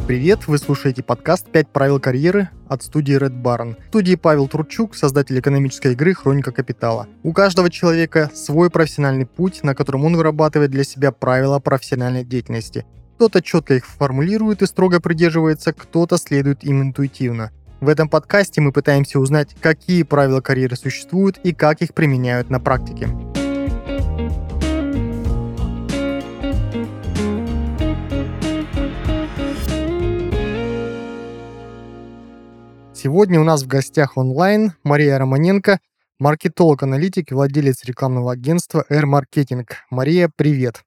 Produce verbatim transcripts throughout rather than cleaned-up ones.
Привет, вы слушаете подкаст «пять правил карьеры» от студии Red Baron. В студии Павел Тручук, создатель экономической игры «Хроника капитала». У каждого человека свой профессиональный путь, на котором он вырабатывает для себя правила профессиональной деятельности. Кто-то четко их формулирует и строго придерживается, кто-то следует им интуитивно. В этом подкасте мы пытаемся узнать, какие правила карьеры существуют и как их применяют на практике. Сегодня у нас в гостях онлайн Мария Романенко, маркетолог-аналитик и владелец рекламного агентства R-Marketing. Мария, привет.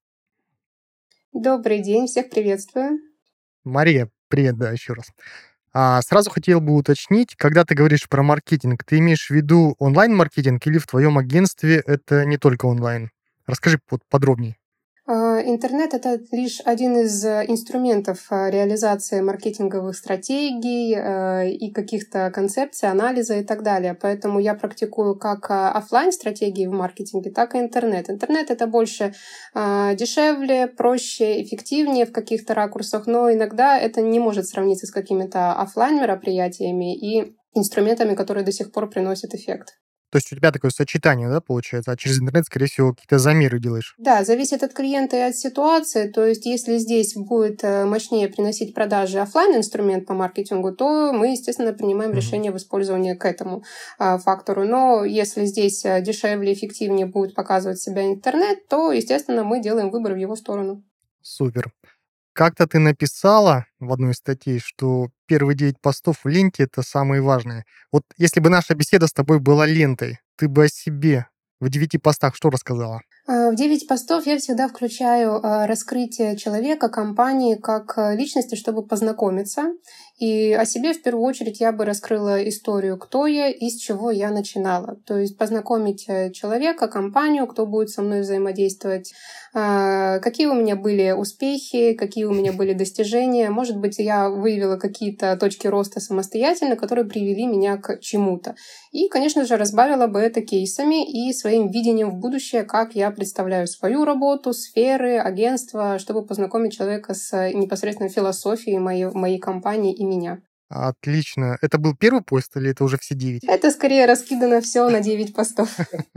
Добрый день, всех приветствую. Мария, привет, да, еще раз. А, сразу хотел бы уточнить, когда ты говоришь про маркетинг, ты имеешь в виду онлайн-маркетинг или в твоем агентстве это не только онлайн? Расскажи подробнее. Интернет — это лишь один из инструментов реализации маркетинговых стратегий и каких-то концепций, анализа и так далее. Поэтому я практикую как офлайн стратегии в маркетинге, так и интернет. Интернет — это больше дешевле, проще, эффективнее в каких-то ракурсах, но иногда это не может сравниться с какими-то офлайн мероприятиями и инструментами, которые до сих пор приносят эффект. То есть у тебя такое сочетание, да, получается? А через интернет, скорее всего, какие-то замеры делаешь? Да, зависит от клиента и от ситуации. То есть если здесь будет мощнее приносить продажи офлайн инструмент по маркетингу, то мы, естественно, принимаем uh-huh. решение в использовании к этому а, фактору. Но если здесь дешевле, эффективнее будет показывать себя интернет, то, естественно, мы делаем выбор в его сторону. Супер. Как-то ты написала в одной из статей, что первые девять постов в ленте — это самые важные. Вот если бы наша беседа с тобой была лентой, ты бы о себе в девяти постах что рассказала? В девять постов я всегда включаю раскрытие человека, компании как личности, чтобы познакомиться. И о себе в первую очередь я бы раскрыла историю, кто я и с чего я начинала. То есть познакомить человека, компанию, кто будет со мной взаимодействовать, какие у меня были успехи, какие у меня были достижения. Может быть, я выявила какие-то точки роста самостоятельно, которые привели меня к чему-то. И, конечно же, разбавила бы это кейсами и своим видением в будущее, как я представляю свою работу, сферы, агентства, чтобы познакомить человека с непосредственно философией моей, моей компании и меня. Отлично. Это был первый пост или это уже все девять? Это скорее раскидано все на девять постов.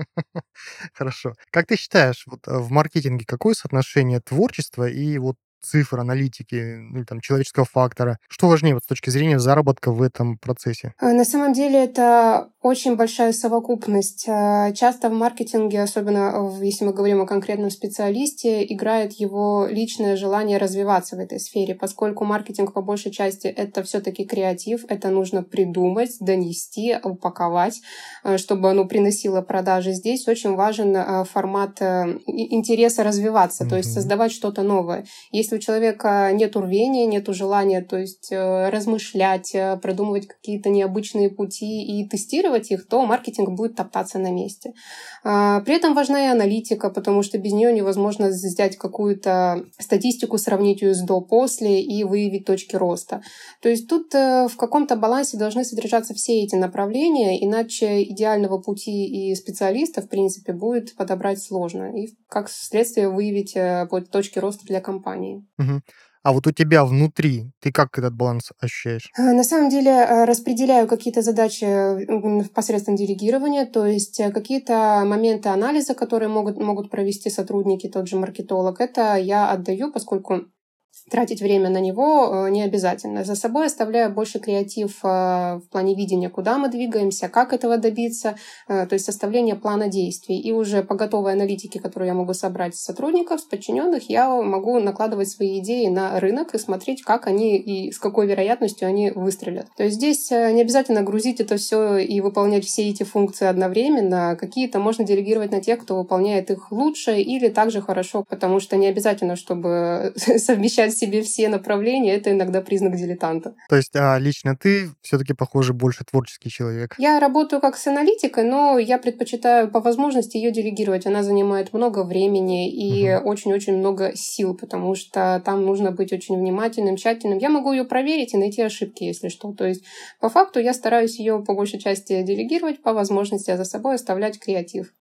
Хорошо. Как ты считаешь, вот в маркетинге какое соотношение творчества и вот цифр, аналитики, ну, там, человеческого фактора? Что важнее вот, с точки зрения заработка в этом процессе? На самом деле это очень большая совокупность. Часто в маркетинге, особенно если мы говорим о конкретном специалисте, играет его личное желание развиваться в этой сфере, поскольку маркетинг по большей части это все-таки креатив, это нужно придумать, донести, упаковать, чтобы оно приносило продажи. Здесь очень важен формат интереса развиваться, mm-hmm. то есть создавать что-то новое. Если у человека нет рвения, нет желания, то есть размышлять, продумывать какие-то необычные пути и тестировать их, то маркетинг будет топтаться на месте. При этом важна и аналитика, потому что без нее невозможно взять какую-то статистику, сравнить ее с до-после и выявить точки роста. То есть тут в каком-то балансе должны содержаться все эти направления, иначе идеального пути и специалиста, в принципе, будет подобрать сложно. И как следствие выявить точки роста для компании. Угу. А вот у тебя внутри, ты как этот баланс ощущаешь? На самом деле распределяю какие-то задачи посредством делегирования, то есть какие-то моменты анализа, которые могут, могут провести сотрудники, тот же маркетолог, это я отдаю, поскольку тратить время на него не обязательно. За собой оставляю больше креатив в плане видения, куда мы двигаемся, как этого добиться, то есть составление плана действий. И уже по готовой аналитике, которую я могу собрать с сотрудников, с подчиненных, я могу накладывать свои идеи на рынок и смотреть, как они и с какой вероятностью они выстрелят. То есть здесь не обязательно грузить это все и выполнять все эти функции одновременно. Какие-то можно делегировать на тех, кто выполняет их лучше или также хорошо, потому что не обязательно, чтобы совмещать в себе все направления, это иногда признак дилетанта. То есть а лично ты все-таки, похоже, больше творческий человек? Я работаю как с аналитикой, но я предпочитаю по возможности ее делегировать. Она занимает много времени и uh-huh. очень-очень много сил, потому что там нужно быть очень внимательным, тщательным. Я могу ее проверить и найти ошибки, если что. То есть по факту я стараюсь ее по большей части делегировать, по возможности, а за собой оставлять креатив.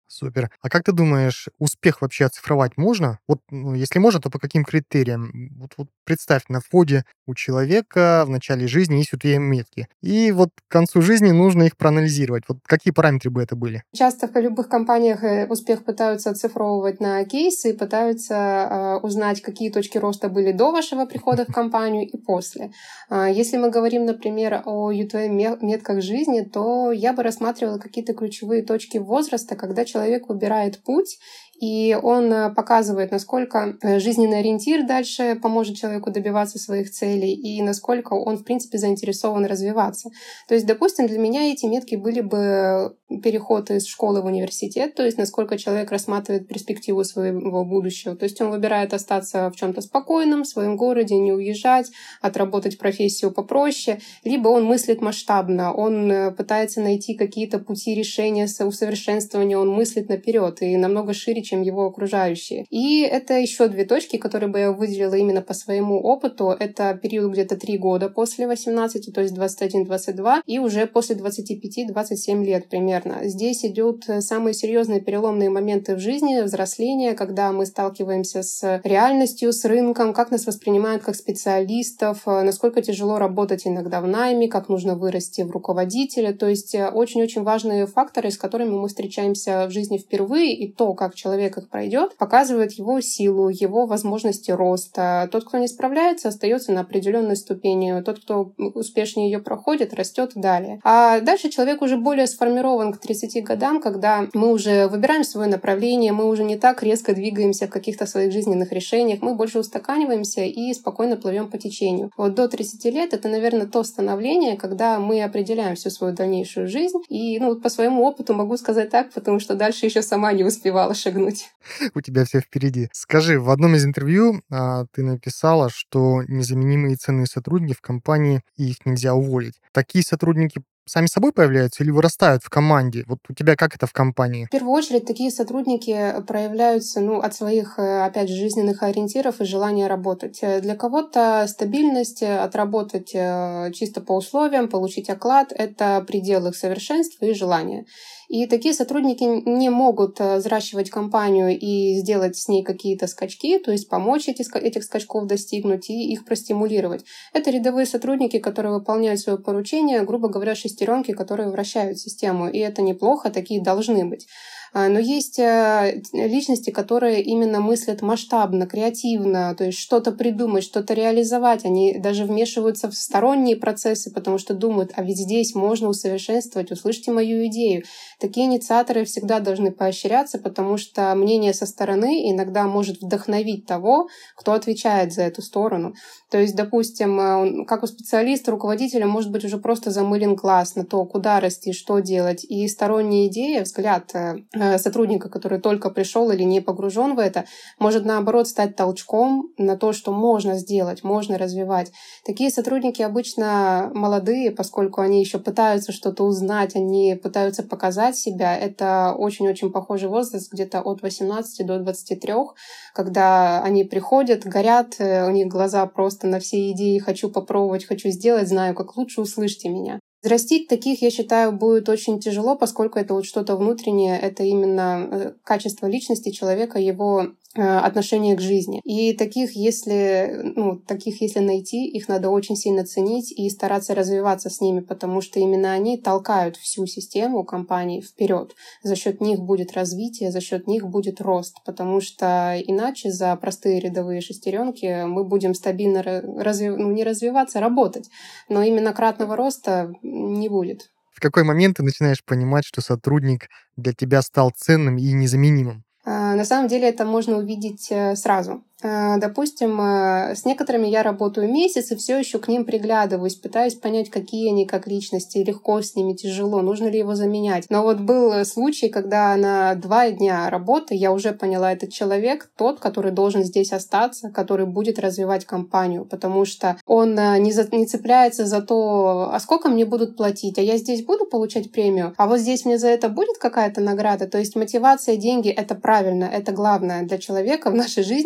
Супер. А как ты думаешь, успех вообще оцифровать можно? Вот, ну, если можно, то по каким критериям? Вот, вот представь, на входе у человека в начале жизни есть вот две метки. И вот к концу жизни нужно их проанализировать. Вот какие параметры бы это были? Часто в любых компаниях э, успех пытаются оцифровывать на кейсы, пытаются э, узнать, какие точки роста были до вашего прихода в компанию и после. А если мы говорим, например, о ю ти эм-метках жизни, то я бы рассматривала какие-то ключевые точки возраста, когда человек выбирает путь, и он э, показывает, насколько э, жизненный ориентир дальше поможет человеку добиваться своих целей и насколько он, в принципе, заинтересован развиваться. То есть, допустим, для меня эти метки были бы переход из школы в университет, то есть насколько человек рассматривает перспективу своего будущего. То есть он выбирает остаться в чем-то спокойном, в своем городе, не уезжать, отработать профессию попроще, либо он мыслит масштабно, он пытается найти какие-то пути решения, усовершенствования, он мыслит наперед и намного шире, чем его окружающие. И это еще две точки, которые бы я выделила именно по своему опыту. Это период где-то три года после восемнадцати, то есть двадцать один двадцать два, и уже после двадцати пяти двадцать семь лет примерно. Здесь идут самые серьезные переломные моменты в жизни, взросления, когда мы сталкиваемся с реальностью, с рынком, как нас воспринимают как специалистов, насколько тяжело работать иногда в найме, как нужно вырасти в руководителя. То есть очень-очень важные факторы, с которыми мы встречаемся в жизни впервые, и то, как человек их пройдет, показывает его силу, его возможности роста. Тот, кто не справляется, остается на определенной ступени. Тот, кто успешнее ее проходит, растет далее. А дальше человек уже более сформирован к тридцати годам, когда мы уже выбираем свое направление, мы уже не так резко двигаемся в каких-то своих жизненных решениях, мы больше устаканиваемся и спокойно плывем по течению. Вот до тридцати лет это, наверное, то становление, когда мы определяем всю свою дальнейшую жизнь. И ну, по своему опыту могу сказать так, потому что дальше еще сама не успевала шагнуть. У тебя все впереди. Скажи, в одном из интервью а, ты написала, что незаменимые ценные сотрудники в компании, и их нельзя уволить. Такие сотрудники сами собой появляются или вырастают в команде? Вот у тебя как это в компании? В первую очередь, такие сотрудники проявляются ну, от своих, опять же, жизненных ориентиров и желания работать. Для кого-то стабильность, отработать чисто по условиям, получить оклад — это предел их совершенства и желания. И такие сотрудники не могут взращивать компанию и сделать с ней какие-то скачки, то есть помочь эти, этих скачков достигнуть и их простимулировать. Это рядовые сотрудники, которые выполняют свое поручение, грубо говоря, шестеренки, которые вращают систему. И это неплохо, такие должны быть. Но есть личности, которые именно мыслят масштабно, креативно, то есть что-то придумать, что-то реализовать. Они даже вмешиваются в сторонние процессы, потому что думают, а ведь здесь можно усовершенствовать, услышьте мою идею. Такие инициаторы всегда должны поощряться, потому что мнение со стороны иногда может вдохновить того, кто отвечает за эту сторону. То есть, допустим, как у специалиста, руководителя может быть уже просто замылен глаз на то, куда расти, что делать. И сторонняя идея, взгляд сотрудника, который только пришел или не погружен в это, может, наоборот, стать толчком на то, что можно сделать, можно развивать. Такие сотрудники обычно молодые, поскольку они еще пытаются что-то узнать, они пытаются показать себя. Это очень-очень похожий возраст, где-то от восемнадцати до двадцати трёх, когда они приходят, горят, у них глаза просто на все идеи «хочу попробовать, хочу сделать, знаю, как лучше, услышьте меня». Взрастить таких, я считаю, будет очень тяжело, поскольку это вот что-то внутреннее, это именно качество личности человека, его отношение к жизни. И таких, если, ну, таких, если найти, их надо очень сильно ценить и стараться развиваться с ними, потому что именно они толкают всю систему компании вперед. За счет них будет развитие, за счет них будет рост, потому что иначе за простые рядовые шестеренки мы будем стабильно развив... ну, не развиваться, а работать. Но именно кратного роста не будет. В какой момент ты начинаешь понимать, что сотрудник для тебя стал ценным и незаменимым? На самом деле это можно увидеть сразу. Допустим, с некоторыми я работаю месяц и все еще к ним приглядываюсь, пытаюсь понять, какие они как личности, легко с ними, тяжело, нужно ли его заменять. Но вот был случай, когда на два дня работы я уже поняла, этот человек тот, который должен здесь остаться, который будет развивать компанию, потому что он не, за, не цепляется за то, а сколько мне будут платить, а я здесь буду получать премию, а вот здесь мне за это будет какая-то награда. То есть мотивация, деньги — это правильно, это главное для человека в нашей жизни, поскольку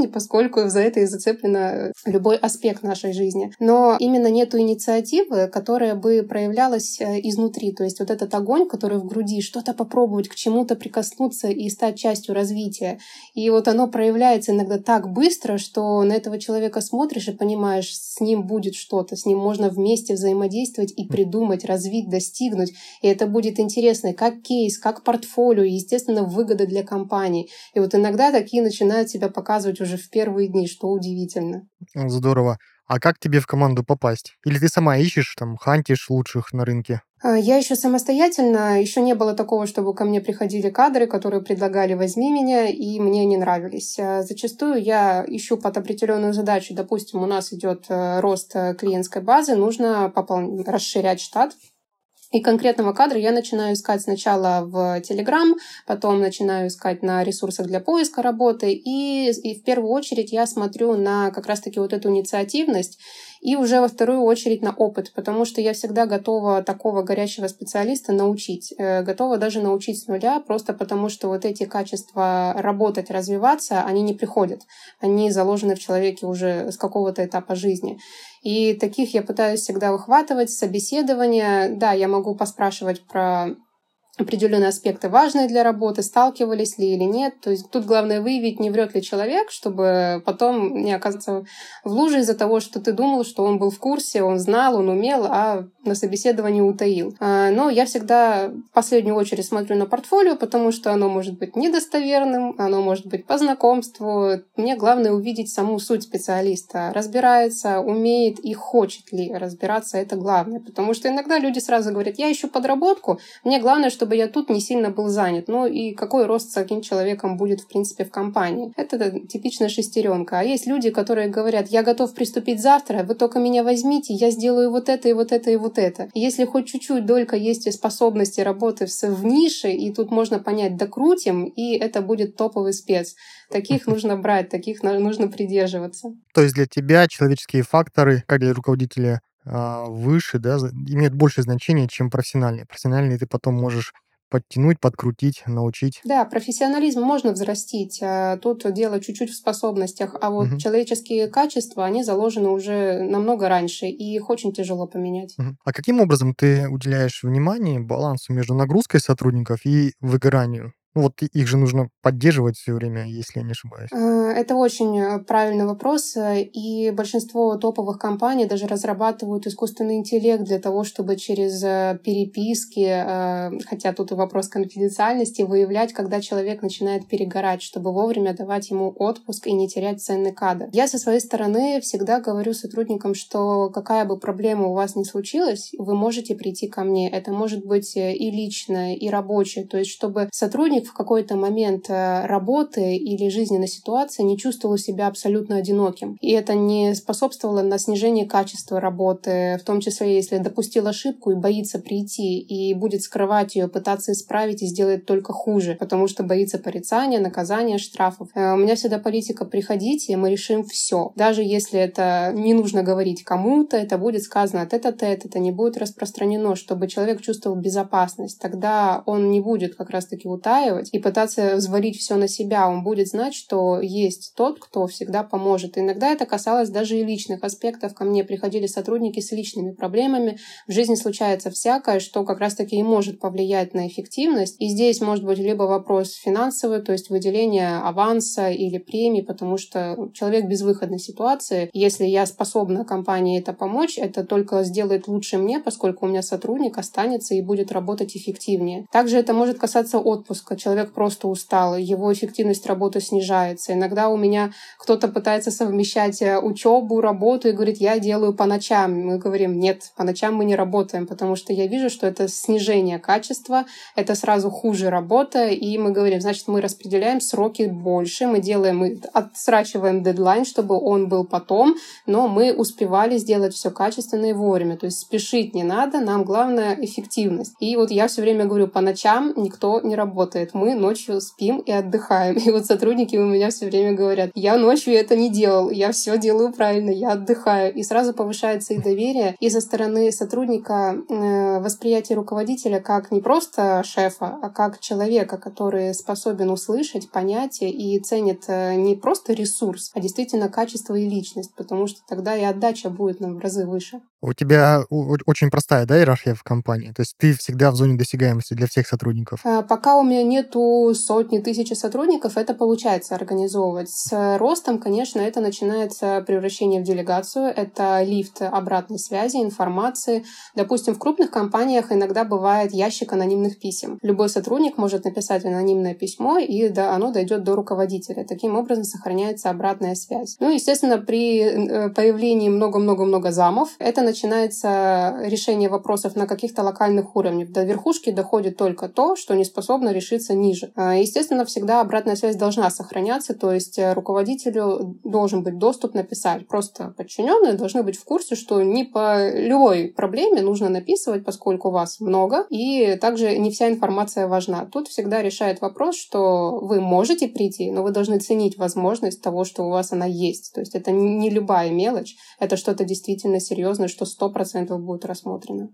поскольку за это и зацеплено любой аспект нашей жизни. Но именно нету инициативы, которая бы проявлялась изнутри. То есть вот этот огонь, который в груди, что-то попробовать, к чему-то прикоснуться и стать частью развития. И вот оно проявляется иногда так быстро, что на этого человека смотришь и понимаешь, с ним будет что-то, с ним можно вместе взаимодействовать и придумать, развить, достигнуть. И это будет интересно как кейс, как портфолио, и, естественно, выгода для компании. И вот иногда такие начинают себя показывать уже в первые дни, что удивительно. Здорово. А как тебе в команду попасть? Или ты сама ищешь, там, хантишь лучших на рынке? Я еще самостоятельно, еще не было такого, чтобы ко мне приходили кадры, которые предлагали «возьми меня», и мне не нравились. Зачастую я ищу под определенную задачу. Допустим, у нас идет рост клиентской базы, нужно попол... расширять штат. И конкретного кадра я начинаю искать сначала в Telegram, потом начинаю искать на ресурсах для поиска работы, и, и в первую очередь я смотрю на как раз-таки вот эту инициативность, и уже во вторую очередь на опыт, потому что я всегда готова такого горячего специалиста научить. Готова даже научить с нуля, просто потому что вот эти качества работать, развиваться, они не приходят. Они заложены в человеке уже с какого-то этапа жизни. И таких я пытаюсь всегда выхватывать, собеседования. Да, я могу поспрашивать про определенные аспекты, важные для работы, сталкивались ли или нет. То есть тут главное выявить, не врет ли человек, чтобы потом не оказаться в луже из-за того, что ты думал, что он был в курсе, он знал, он умел, а на собеседовании утаил. Но я всегда в последнюю очередь смотрю на портфолио, потому что оно может быть недостоверным, оно может быть по знакомству. Мне главное увидеть саму суть специалиста. Разбирается, умеет и хочет ли разбираться, это главное. Потому что иногда люди сразу говорят, я ищу подработку, мне главное, чтобы чтобы я тут не сильно был занят. Ну и какой рост с таким человеком будет, в принципе, в компании. Это типичная шестеренка. А есть люди, которые говорят, я готов приступить завтра, вы только меня возьмите, я сделаю вот это и вот это и вот это. И если хоть чуть-чуть долька есть способности работы в нише, и тут можно понять, докрутим, и это будет топовый спец. Таких нужно брать, таких нужно придерживаться. То есть для тебя человеческие факторы, как для руководителя, выше, да, имеют больше значения, чем профессиональные. Профессиональные ты потом можешь подтянуть, подкрутить, научить. Да, профессионализм можно взрастить. Тут дело чуть-чуть в способностях, а вот угу. человеческие качества, они заложены уже намного раньше, и их очень тяжело поменять. Угу. А каким образом ты уделяешь внимание балансу между нагрузкой сотрудников и выгоранию? Вот их же нужно поддерживать все время, если я не ошибаюсь. Это очень правильный вопрос, и большинство топовых компаний даже разрабатывают искусственный интеллект для того, чтобы через переписки, хотя тут и вопрос конфиденциальности, выявлять, когда человек начинает перегорать, чтобы вовремя давать ему отпуск и не терять ценный кадр. Я со своей стороны всегда говорю сотрудникам, что какая бы проблема у вас ни случилась, вы можете прийти ко мне. Это может быть и личное, и рабочее, то есть чтобы сотрудник в какой-то момент работы или жизненной ситуации не чувствовал себя абсолютно одиноким. И это не способствовало на снижение качества работы, в том числе, если допустил ошибку и боится прийти, и будет скрывать ее, пытаться исправить и сделать только хуже, потому что боится порицания, наказания, штрафов. У меня всегда политика «приходите, мы решим все». Даже если это не нужно говорить кому-то, это будет сказано тет-а-тет, это не будет распространено, чтобы человек чувствовал безопасность. Тогда он не будет как раз-таки утаивать и пытаться взвалить все на себя. Он будет знать, что есть тот, кто всегда поможет. И иногда это касалось даже и личных аспектов. Ко мне приходили сотрудники с личными проблемами. В жизни случается всякое, что как раз-таки и может повлиять на эффективность. И здесь может быть либо вопрос финансовый, то есть выделение аванса или премии, потому что человек в безвыходной ситуации. Если я способна компании это помочь, это только сделает лучше мне, поскольку у меня сотрудник останется и будет работать эффективнее. Также это может касаться отпуска. Человек просто устал, его эффективность работы снижается. Иногда у меня кто-то пытается совмещать учебу, работу и говорит, я делаю по ночам. Мы говорим, нет, по ночам мы не работаем, потому что я вижу, что это снижение качества, это сразу хуже работа, и мы говорим, значит, мы распределяем сроки больше, мы делаем, мы отсрачиваем дедлайн, чтобы он был потом, но мы успевали сделать все качественно и вовремя. То есть спешить не надо, нам главное эффективность. И вот я все время говорю, по ночам никто не работает. как мы ночью спим и отдыхаем. И вот сотрудники у меня все время говорят: я ночью это не делал, я все делаю правильно, я отдыхаю. И сразу повышается и доверие, и со стороны сотрудника э, восприятие руководителя как не просто шефа, а как человека, который способен услышать, понять и ценит э, не просто ресурс, а действительно качество и личность, потому что тогда и отдача будет нам в разы выше. У тебя очень простая, да, иерархия в компании? То есть ты всегда в зоне досягаемости для всех сотрудников? Пока у меня нету сотни, тысячи сотрудников, это получается организовывать. С ростом, конечно, это начинается превращение в делегацию, это лифт обратной связи, информации. Допустим, в крупных компаниях иногда бывает ящик анонимных писем. Любой сотрудник может написать анонимное письмо, и оно дойдет до руководителя. Таким образом сохраняется обратная связь. Ну, естественно, при появлении много-много-много замов, это начинается начинается решение вопросов на каких-то локальных уровнях. До верхушки доходит только то, что не способно решиться ниже. Естественно, всегда обратная связь должна сохраняться, то есть руководителю должен быть доступ написать. Просто подчиненные должны быть в курсе, что не по любой проблеме нужно написывать, поскольку вас много, и также не вся информация важна. Тут всегда решает вопрос, что вы можете прийти, но вы должны ценить возможность того, что у вас она есть. То есть это не любая мелочь, это что-то действительно серьезное, что сто процентов будет рассмотрено.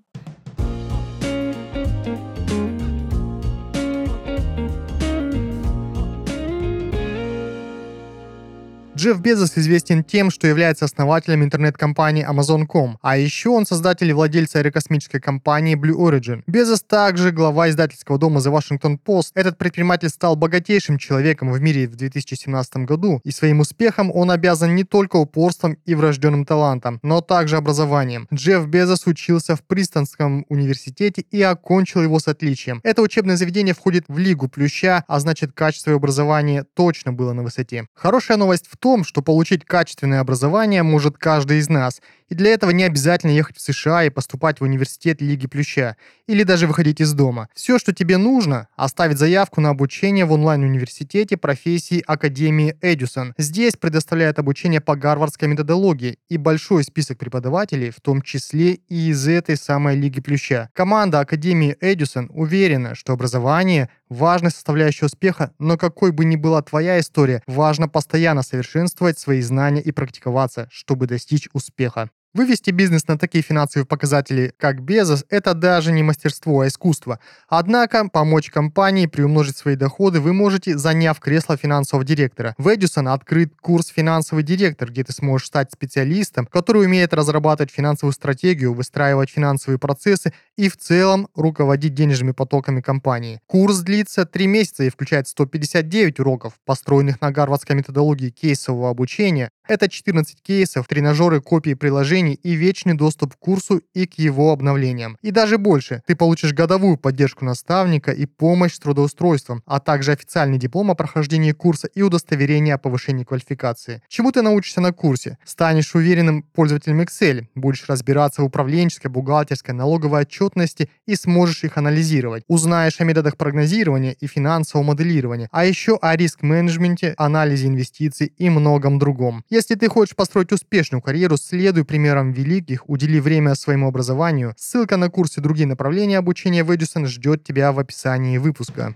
Джефф Безос известен тем, что является основателем интернет-компании Amazon точка ком, а еще он создатель и владелец аэрокосмической компании Blue Origin. Безос также глава издательского дома The Washington Post. Этот предприниматель стал богатейшим человеком в мире в две тысячи семнадцатом году, и своим успехом он обязан не только упорством и врожденным талантом, но также образованием. Джефф Безос учился в Принстонском университете и окончил его с отличием. Это учебное заведение входит в Лигу Плюща, а значит, качество его образования точно было на высоте. Хорошая новость в том, что получить качественное образование может каждый из нас, и для этого не обязательно ехать в США и поступать в университет Лиги Плюща, или даже выходить из дома. Все, что тебе нужно, оставить заявку на обучение в онлайн-университете профессии Академии Эдюсон. Здесь предоставляют обучение по гарвардской методологии и большой список преподавателей, в том числе и из этой самой Лиги Плюща. Команда Академии Эдюсон уверена, что образование – важная составляющая успеха, но какой бы ни была твоя история, важно постоянно совершенствовать свои знания и практиковаться, чтобы достичь успеха. Вывести бизнес на такие финансовые показатели, как Безос, это даже не мастерство, а искусство. Однако, помочь компании приумножить свои доходы вы можете, заняв кресло финансового директора. В Эдюсон открыт курс «Финансовый директор», где ты сможешь стать специалистом, который умеет разрабатывать финансовую стратегию, выстраивать финансовые процессы и в целом руководить денежными потоками компании. Курс длится три месяца и включает сто пятьдесят девять уроков, построенных на гарвардской методологии кейсового обучения. Это четырнадцать кейсов, тренажеры, копии приложений и вечный доступ к курсу и к его обновлениям. И даже больше, ты получишь годовую поддержку наставника и помощь с трудоустройством, а также официальный диплом о прохождении курса и удостоверение о повышении квалификации. Чему ты научишься на курсе? Станешь уверенным пользователем Excel, будешь разбираться в управленческой, бухгалтерской, налоговой отчетности и сможешь их анализировать. Узнаешь о методах прогнозирования и финансового моделирования, а еще о риск-менеджменте, анализе инвестиций и многом другом. Если ты хочешь построить успешную карьеру, следуй примерам великих, удели время своему образованию. Ссылка на курсы и другие направления обучения в Эдюсон ждет тебя в описании выпуска.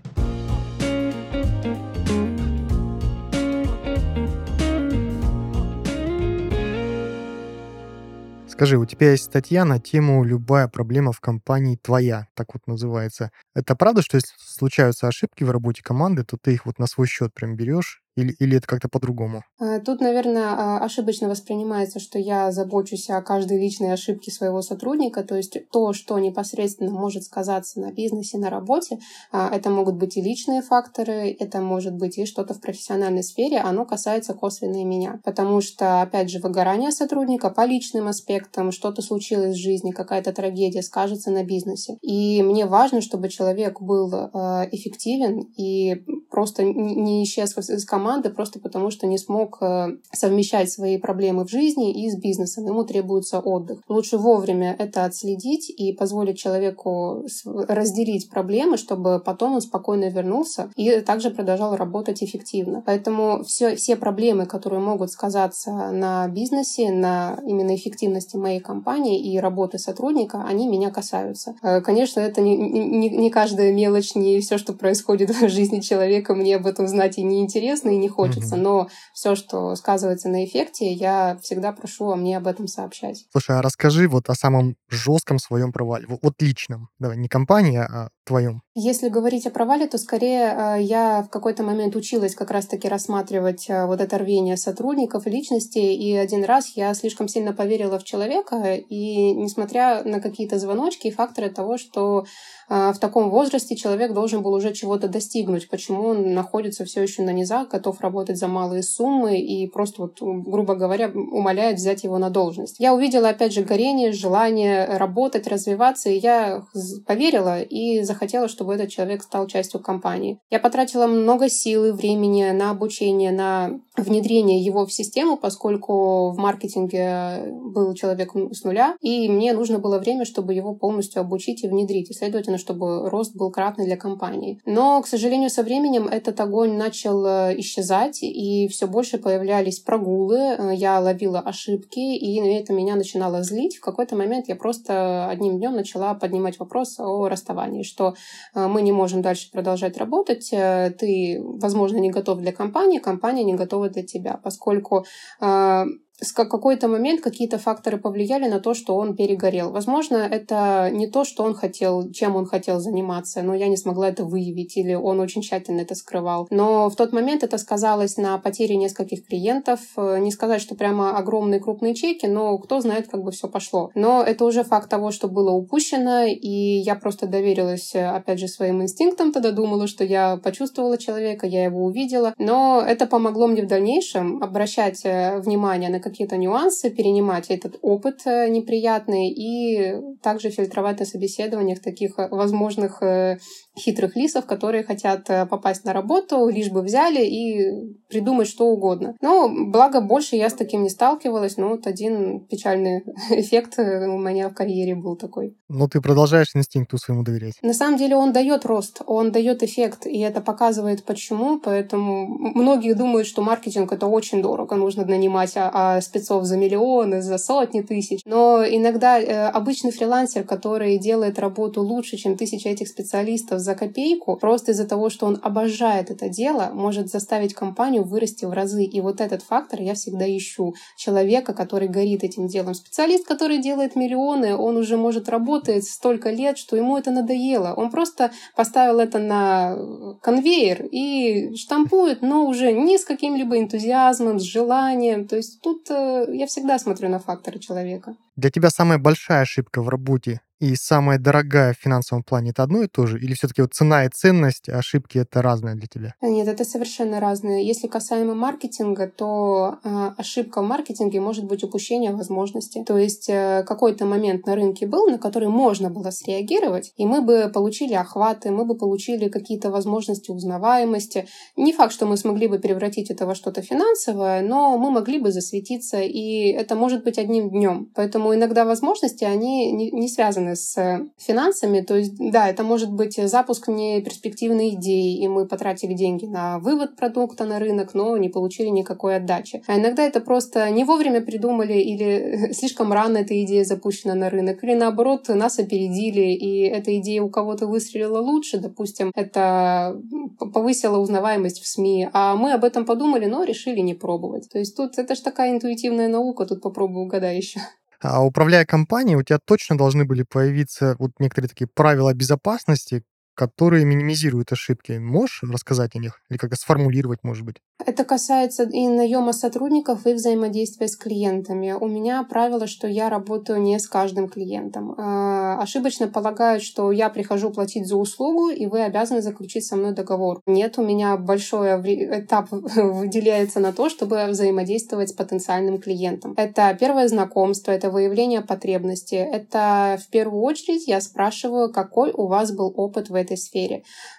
Скажи, у тебя есть статья на тему «Любая проблема в компании твоя», так вот называется. Это правда, что если случаются ошибки в работе команды, то ты их вот на свой счет прям берешь? Или, или это как-то по-другому? Тут, наверное, ошибочно воспринимается, что я забочусь о каждой личной ошибке своего сотрудника. То есть то, что непосредственно может сказаться на бизнесе, на работе, это могут быть и личные факторы, это может быть и что-то в профессиональной сфере, оно касается косвенно и меня. Потому что, опять же, выгорание сотрудника по личным аспектам, что-то случилось в жизни, какая-то трагедия скажется на бизнесе. И мне важно, чтобы человек был эффективен и просто не исчез из команды просто потому, что не смог совмещать свои проблемы в жизни и с бизнесом. Ему требуется отдых. Лучше вовремя это отследить и позволить человеку разделить проблемы, чтобы потом он спокойно вернулся и также продолжал работать эффективно. Поэтому все, все проблемы, которые могут сказаться на бизнесе, на именно эффективности моей компании и работы сотрудника, они меня касаются. Конечно, это не, не, не каждая мелочь, не все, что происходит в жизни человека, мне об этом знать и не интересно, и не хочется. Mm-hmm. Но все, что сказывается на эффекте, я всегда прошу о мне об этом сообщать. Слушай, а расскажи вот о самом жестком своем провале. Вот личном. Давай, не компании, а твоем. Если говорить о провале, то скорее я в какой-то момент училась как раз-таки рассматривать вот это рвение сотрудников и личности, и один раз я слишком сильно поверила в человека, и несмотря на какие-то звоночки и факторы того, что в таком возрасте человек должен был уже чего-то достигнуть, почему он находится все еще на низах, готов работать за малые суммы и просто, вот, грубо говоря, умоляет взять его на должность. Я увидела, опять же, горение, желание работать, развиваться, и я поверила и захотела, чтобы этот человек стал частью компании. Я потратила много сил и времени на обучение, на внедрение его в систему, поскольку в маркетинге был человек с нуля, и мне нужно было время, чтобы его полностью обучить и внедрить, и, следовательно, чтобы рост был кратный для компании. Но, к сожалению, со временем этот огонь начал исчезать, и все больше появлялись прогулы, я ловила ошибки, и это меня начинало злить. В какой-то момент я просто одним днем начала поднимать вопрос о расставании, что мы не можем дальше продолжать работать, ты, возможно, не готов для компании, компания не готова для тебя, поскольку в какой-то момент какие-то факторы повлияли на то, что он перегорел. Возможно, это не то, что он хотел, чем он хотел заниматься, но я не смогла это выявить, или он очень тщательно это скрывал. Но в тот момент это сказалось на потере нескольких клиентов. Не сказать, что прямо огромные крупные чеки, но кто знает, как бы все пошло. Но это уже факт того, что было упущено, и я просто доверилась, опять же, своим инстинктам. Тогда думала, что я почувствовала человека, я его увидела. Но это помогло мне в дальнейшем обращать внимание на какие-то нюансы, перенимать этот опыт неприятный и также фильтровать на собеседованиях таких возможных хитрых лисов, которые хотят попасть на работу, лишь бы взяли и придумать что угодно. Но, благо, больше я с таким не сталкивалась, но вот один печальный эффект у меня в карьере был такой. Но ты продолжаешь инстинкту своему доверять? На самом деле он дает рост, он дает эффект, и это показывает почему, поэтому многие думают, что маркетинг — это очень дорого, нужно нанимать а, а спецов за миллионы, за сотни тысяч, но иногда э, обычный фрилансер, который делает работу лучше, чем тысяча этих специалистов за копейку, просто из-за того, что он обожает это дело, может заставить компанию вырасти в разы. И вот этот фактор я всегда ищу. Человека, который горит этим делом. Специалист, который делает миллионы, он уже, может, работает столько лет, что ему это надоело. Он просто поставил это на конвейер и штампует, но уже не с каким-либо энтузиазмом, с желанием. То есть тут э, я всегда смотрю на факторы человека. Для тебя самая большая ошибка в работе и самая дорогая в финансовом плане — это одно и то же? Или все-таки вот цена и ценность ошибки — это разное для тебя? Нет, это совершенно разное. Если касаемо маркетинга, то э, ошибка в маркетинге может быть упущение возможности. То есть э, какой-то момент на рынке был, на который можно было среагировать, и мы бы получили охваты, мы бы получили какие-то возможности узнаваемости. Не факт, что мы смогли бы превратить это во что-то финансовое, но мы могли бы засветиться, и это может быть одним днем. Поэтому иногда возможности, они не, не связаны с финансами. То есть, да, это может быть запуск неперспективной идеи, и мы потратили деньги на вывод продукта на рынок, но не получили никакой отдачи. А иногда это просто не вовремя придумали, или слишком рано эта идея запущена на рынок, или наоборот, нас опередили, и эта идея у кого-то выстрелила лучше, допустим, это повысило узнаваемость в СМИ, а мы об этом подумали, но решили не пробовать. То есть тут это же такая интуитивная наука, тут попробуй угадай еще. А управляя компанией, у тебя точно должны были появиться вот некоторые такие правила безопасности, которые минимизируют ошибки. Можешь рассказать о них? Или как-то сформулировать, может быть? Это касается и наема сотрудников, и взаимодействия с клиентами. У меня правило, что я работаю не с каждым клиентом. Э, ошибочно полагают, что я прихожу платить за услугу, и вы обязаны заключить со мной договор. Нет, у меня большой этап выделяется на то, чтобы взаимодействовать с потенциальным клиентом. Это первое знакомство, это выявление потребности. Это в первую очередь я спрашиваю, какой у вас был опыт в этой сфере.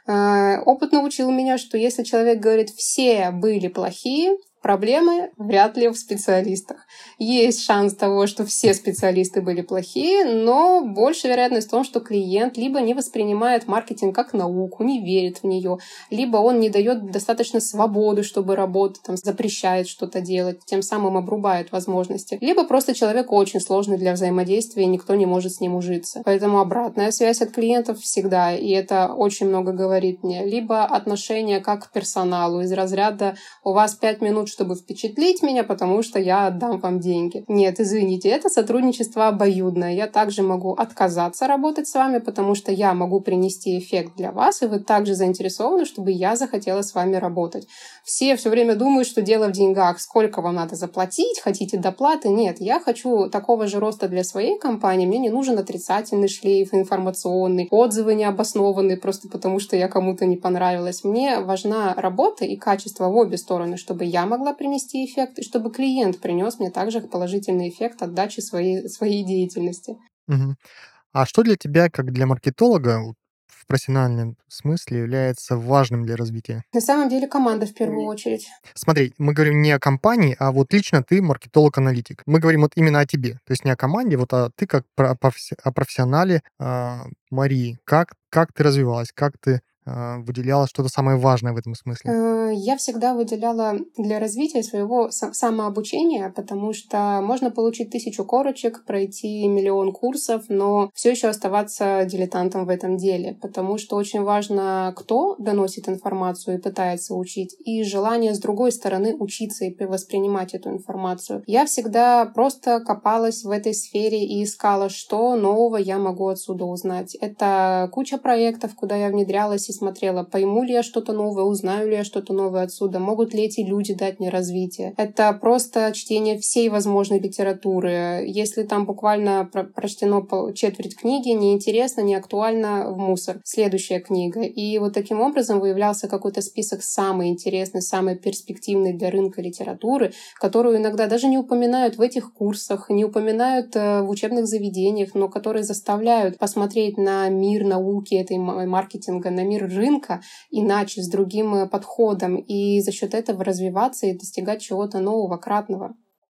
Опыт научил меня, что если человек говорит «все были плохие», проблемы вряд ли в специалистах. Есть шанс того, что все специалисты были плохие, но больше вероятность в том, что клиент либо не воспринимает маркетинг как науку, не верит в нее, либо он не дает достаточно свободы, чтобы работать, там, запрещает что-то делать, тем самым обрубает возможности. Либо просто человек очень сложный для взаимодействия, и никто не может с ним ужиться. Поэтому обратная связь от клиентов всегда, и это очень много говорит мне. Либо отношение как к персоналу из разряда «у вас пять минут, чтобы впечатлить меня, потому что я отдам вам деньги». Нет, извините, это сотрудничество обоюдное. Я также могу отказаться работать с вами, потому что я могу принести эффект для вас, и вы также заинтересованы, чтобы я захотела с вами работать. Все все время думают, что дело в деньгах. Сколько вам надо заплатить? Хотите доплаты? Нет, я хочу такого же роста для своей компании. Мне не нужен отрицательный шлейф информационный, отзывы необоснованные, просто потому что я кому-то не понравилась. Мне важна работа и качество в обе стороны, чтобы я могла принести эффект, и чтобы клиент принес мне также положительный эффект отдачи своей, своей деятельности. Мгм. А что для тебя, как для маркетолога, вот в профессиональном смысле является важным для развития? На самом деле команда в первую очередь. Смотри, мы говорим не о компании, а вот лично ты маркетолог-аналитик. Мы говорим вот именно о тебе, то есть не о команде, вот а ты как про- професси- о профессионале а, Марии. Как, как ты развивалась, как ты а, выделяла что-то самое важное в этом смысле? Э, Я всегда выделяла для развития своего са- самообучения, потому что можно получить тысячу корочек, пройти миллион курсов, но все еще оставаться дилетантом в этом деле, потому что очень важно, кто доносит информацию и пытается учить, и желание с другой стороны учиться и воспринимать эту информацию. Я всегда просто копалась в этой сфере и искала, что нового я могу отсюда узнать. Это куча проектов, куда я внедрялась и смотрела, пойму ли я что-то новое, узнаю ли я что-то новое отсюда, могут ли эти люди дать мне развитие. Это просто чтение всей возможной литературы. Если там буквально про- прочтено четверть книги, неинтересно, не актуально, в мусор. Следующая книга. И вот таким образом выявлялся какой-то список самой интересной, самой перспективной для рынка литературы, которую иногда даже не упоминают в этих курсах, не упоминают э, в учебных заведениях, но которые заставляют посмотреть на мир науки, этой маркетинга, на мир рынка иначе, с другим подходом, и за счет этого развиваться и достигать чего-то нового, кратного.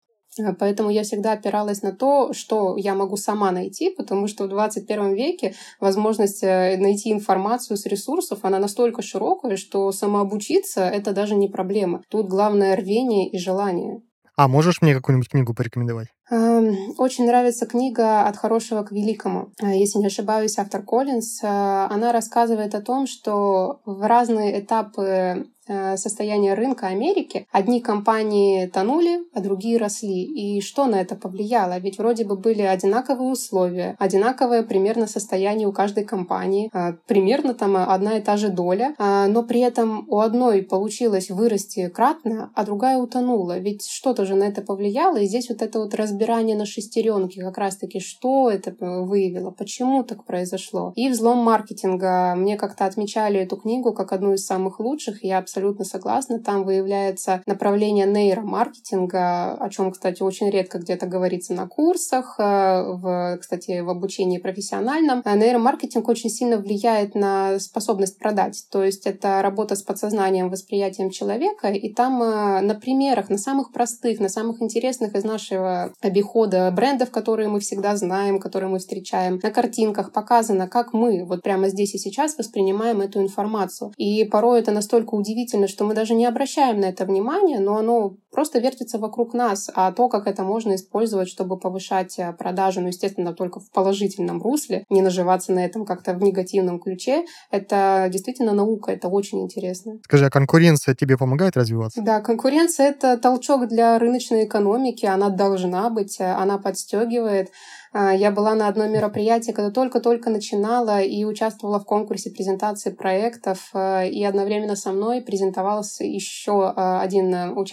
Поэтому я всегда опиралась на то, что я могу сама найти, потому что в двадцать первом веке возможность найти информацию с ресурсов, она настолько широкая, что самообучиться — это даже не проблема. Тут главное рвение и желание. А можешь мне какую-нибудь книгу порекомендовать? Очень нравится книга «От хорошего к великому». Если не ошибаюсь, автор Коллинз. Она рассказывает о том, что в разные этапы состояния рынка Америки одни компании тонули, а другие росли. И что на это повлияло? Ведь вроде бы были одинаковые условия, одинаковое примерно состояние у каждой компании, примерно там одна и та же доля, но при этом у одной получилось вырасти кратно, а другая утонула. Ведь что-то же на это повлияло, и здесь вот это вот разбирание на шестеренки, как раз-таки, что это выявило, почему так произошло. И взлом маркетинга. Мне как-то отмечали эту книгу как одну из самых лучших, и я абсолютно согласна. Там выявляется направление нейромаркетинга, о чем, кстати, очень редко где-то говорится на курсах, в, кстати, в обучении профессиональном. Нейромаркетинг очень сильно влияет на способность продать. То есть это работа с подсознанием, восприятием человека, и там на примерах, на самых простых, на самых интересных из нашего обихода брендов, которые мы всегда знаем, которые мы встречаем, на картинках показано, как мы вот прямо здесь и сейчас воспринимаем эту информацию. И порой это настолько удивительно, что мы даже не обращаем на это внимания, но оно просто вертится вокруг нас, а то, как это можно использовать, чтобы повышать продажи, ну, естественно, только в положительном русле, не наживаться на этом как-то в негативном ключе, это действительно наука, это очень интересно. Скажи, а конкуренция тебе помогает развиваться? Да, конкуренция — это толчок для рыночной экономики, она должна быть, она подстегивает. Я была на одном мероприятии, когда только-только начинала и участвовала в конкурсе презентации проектов, и одновременно со мной презентовался еще один участник с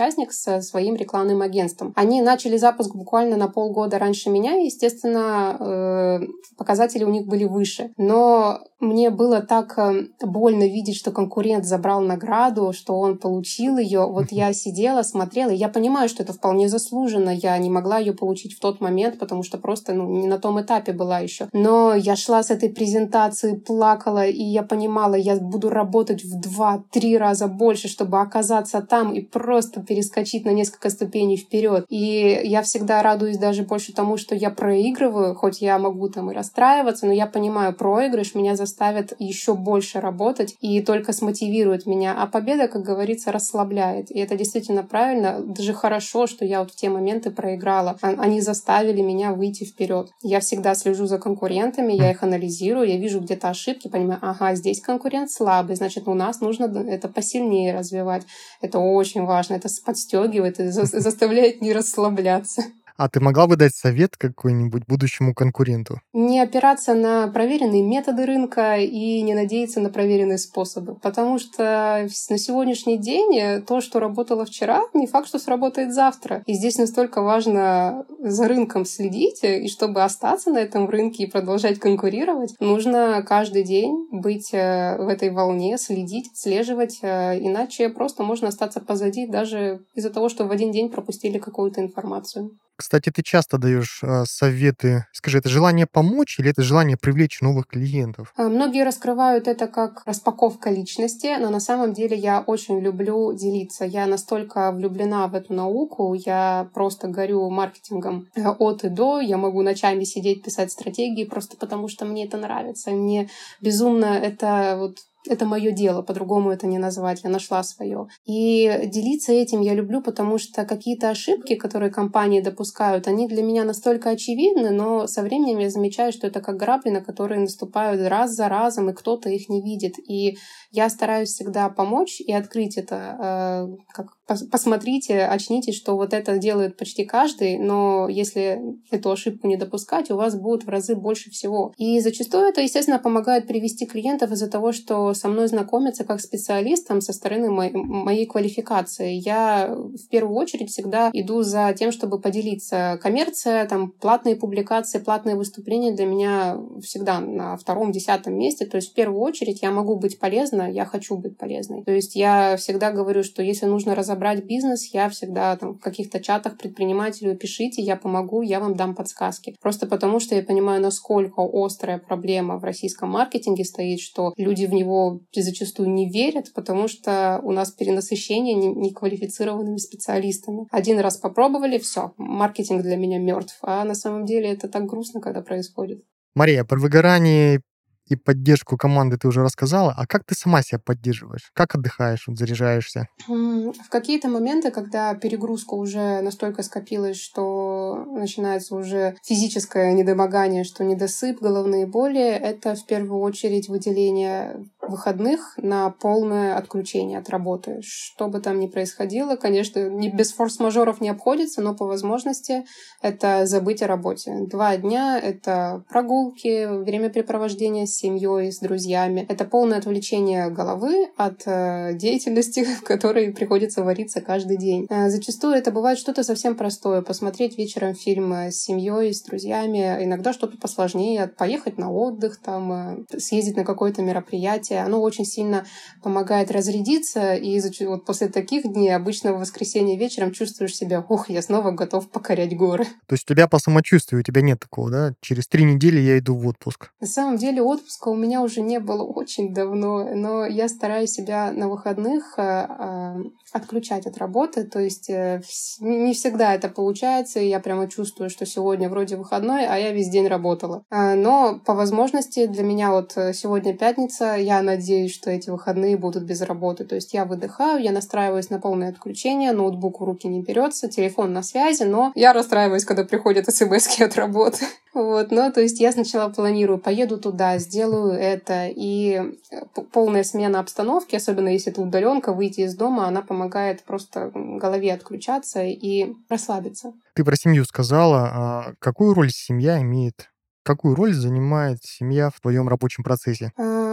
с своим рекламным агентством. Они начали запуск буквально на полгода раньше меня, и, естественно, показатели у них были выше. Но мне было так больно видеть, что конкурент забрал награду, что он получил ее. Вот я сидела, смотрела, и я понимаю, что это вполне заслуженно. Я не могла ее получить в тот момент, потому что просто ну, не на том этапе была еще. Но я шла с этой презентации, плакала, и я понимала, я буду работать в два-три раза больше, чтобы оказаться там и просто перескочить на несколько ступеней вперед. И я всегда радуюсь даже больше тому, что я проигрываю, хоть я могу там и расстраиваться, но я понимаю, проигрыш меня заставит еще больше работать и только смотивирует меня. А победа, как говорится, расслабляет. И это действительно правильно. Даже хорошо, что я вот в те моменты проиграла. Они заставили меня выйти вперед. Я всегда слежу за конкурентами, я их анализирую, я вижу где-то ошибки, понимаю, ага, здесь конкурент слабый, значит, у нас нужно это посильнее развивать. Это очень важно, это подстегивает и заставляет не расслабляться. А ты могла бы дать совет какой-нибудь будущему конкуренту? Не опираться на проверенные методы рынка и не надеяться на проверенные способы. Потому что на сегодняшний день то, что работало вчера, не факт, что сработает завтра. И здесь настолько важно за рынком следить, и чтобы остаться на этом рынке и продолжать конкурировать, нужно каждый день быть в этой волне, следить, отслеживать, иначе просто можно остаться позади даже из-за того, что в один день пропустили какую-то информацию. Кстати, ты часто даешь э, советы. Скажи, это желание помочь или это желание привлечь новых клиентов? Многие раскрывают это как распаковка личности, но на самом деле я очень люблю делиться. Я настолько влюблена в эту науку, я просто горю маркетингом от и до. Я могу ночами сидеть, писать стратегии просто потому, что мне это нравится. Мне безумно это вот это мое дело, по-другому это не назвать, я нашла свое. И делиться этим я люблю, потому что какие-то ошибки, которые компании допускают, они для меня настолько очевидны, но со временем я замечаю, что это как грабли, на которые наступают раз за разом, и кто-то их не видит. И я стараюсь всегда помочь и открыть это, э, как посмотрите, очнитесь, что вот это делает почти каждый, но если эту ошибку не допускать, у вас будет в разы больше всего. И зачастую это, естественно, помогает привести клиентов из-за того, что со мной знакомятся как специалистом со стороны моей, моей квалификации. Я в первую очередь всегда иду за тем, чтобы поделиться. Коммерция, там, платные публикации, платные выступления для меня всегда на втором, десятом месте. То есть в первую очередь я могу быть полезна, я хочу быть полезной. То есть я всегда говорю, что если нужно разобраться брать бизнес, я всегда там в каких-то чатах предпринимателю пишите, я помогу, я вам дам подсказки. Просто потому, что я понимаю, насколько острая проблема в российском маркетинге стоит, что люди в него зачастую не верят, потому что у нас перенасыщение неквалифицированными специалистами. Один раз попробовали, все, маркетинг для меня мертв. А на самом деле это так грустно, когда происходит. Мария, про выгорание и поддержку команды ты уже рассказала, а как ты сама себя поддерживаешь? Как отдыхаешь, вот заряжаешься? В какие-то моменты, когда перегрузка уже настолько скопилась, что начинается уже физическое недомогание, что недосып, головные боли, это в первую очередь выделение выходных на полное отключение от работы. Что бы там ни происходило, конечно, не без форс-мажоров не обходится, но по возможности это забыть о работе. Два дня — это прогулки, времяпрепровождение с семьей, с друзьями. Это полное отвлечение головы от э, деятельности, в которой приходится вариться каждый день. Э, зачастую это бывает что-то совсем простое. Посмотреть вечером фильм с семьей, с друзьями. Иногда что-то посложнее. Поехать на отдых, там, э, съездить на какое-то мероприятие. Оно очень сильно помогает разрядиться. И вот после таких дней обычно в воскресенье вечером чувствуешь себя: ух, я снова готов покорять горы. То есть у тебя по самочувствию, у тебя нет такого, да? Через три недели я иду в отпуск. На самом деле отпуска у меня уже не было очень давно, но я стараюсь себя на выходных э, э, отключать от работы. То есть э, не всегда это получается, и я прямо чувствую, что сегодня вроде выходной, а я весь день работала. Э, но по возможности для меня вот сегодня пятница, я надеюсь, что эти выходные будут без работы. То есть я выдыхаю, я настраиваюсь на полное отключение, ноутбук в руки не берется, телефон на связи, но я расстраиваюсь, когда приходят смс-ки от работы. Вот, ну, то есть я сначала планирую, поеду туда, сделаю это, и полная смена обстановки, особенно если это удаленка, выйти из дома, она помогает просто голове отключаться и расслабиться. Ты про семью сказала, а какую роль семья имеет? Какую роль занимает семья в твоем рабочем процессе?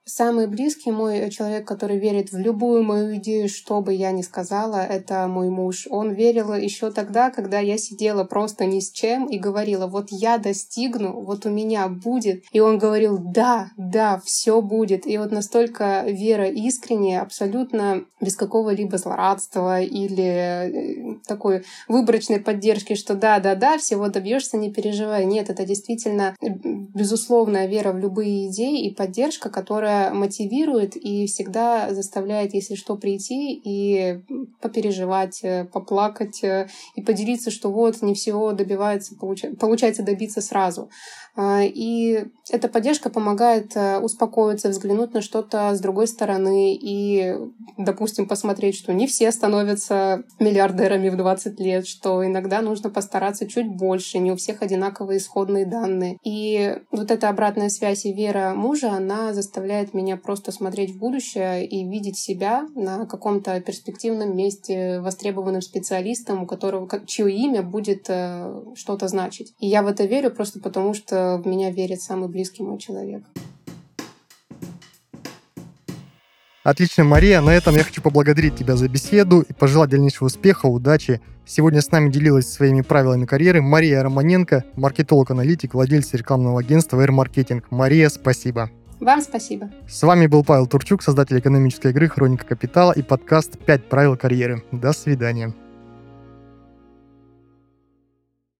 Самый близкий мой человек, который верит в любую мою идею, что бы я ни сказала, это мой муж. Он верил еще тогда, когда я сидела просто ни с чем и говорила, вот я достигну, вот у меня будет. И он говорил, да, да, все будет. И вот настолько вера искренняя, абсолютно без какого-либо злорадства или такой выборочной поддержки, что да, да, да, всего добьешься, не переживай. Нет, это действительно безусловная вера в любые идеи и поддержка, которая мотивирует и всегда заставляет, если что, прийти и попереживать, поплакать и поделиться, что вот не всего добивается, получается добиться сразу. И эта поддержка помогает успокоиться, взглянуть на что-то с другой стороны и, допустим, посмотреть, что не все становятся миллиардерами в двадцать лет, что иногда нужно постараться чуть больше, не у всех одинаковые исходные данные. И вот эта обратная связь и вера мужа, она заставляет меня просто смотреть в будущее и видеть себя на каком-то перспективном месте, востребованным специалистом, у которого, чье имя будет что-то значить. И я в это верю просто потому, что в меня верит самый близкий мой человек. Отлично, Мария. На этом я хочу поблагодарить тебя за беседу и пожелать дальнейшего успеха, удачи. Сегодня с нами делилась своими правилами карьеры Мария Романенко, маркетолог-аналитик, владелец рекламного агентства AirMarketing. Мария, спасибо. Вам спасибо. С вами был Павел Турчук, создатель экономической игры «Хроника капитала» и подкаст «пять правил карьеры». До свидания.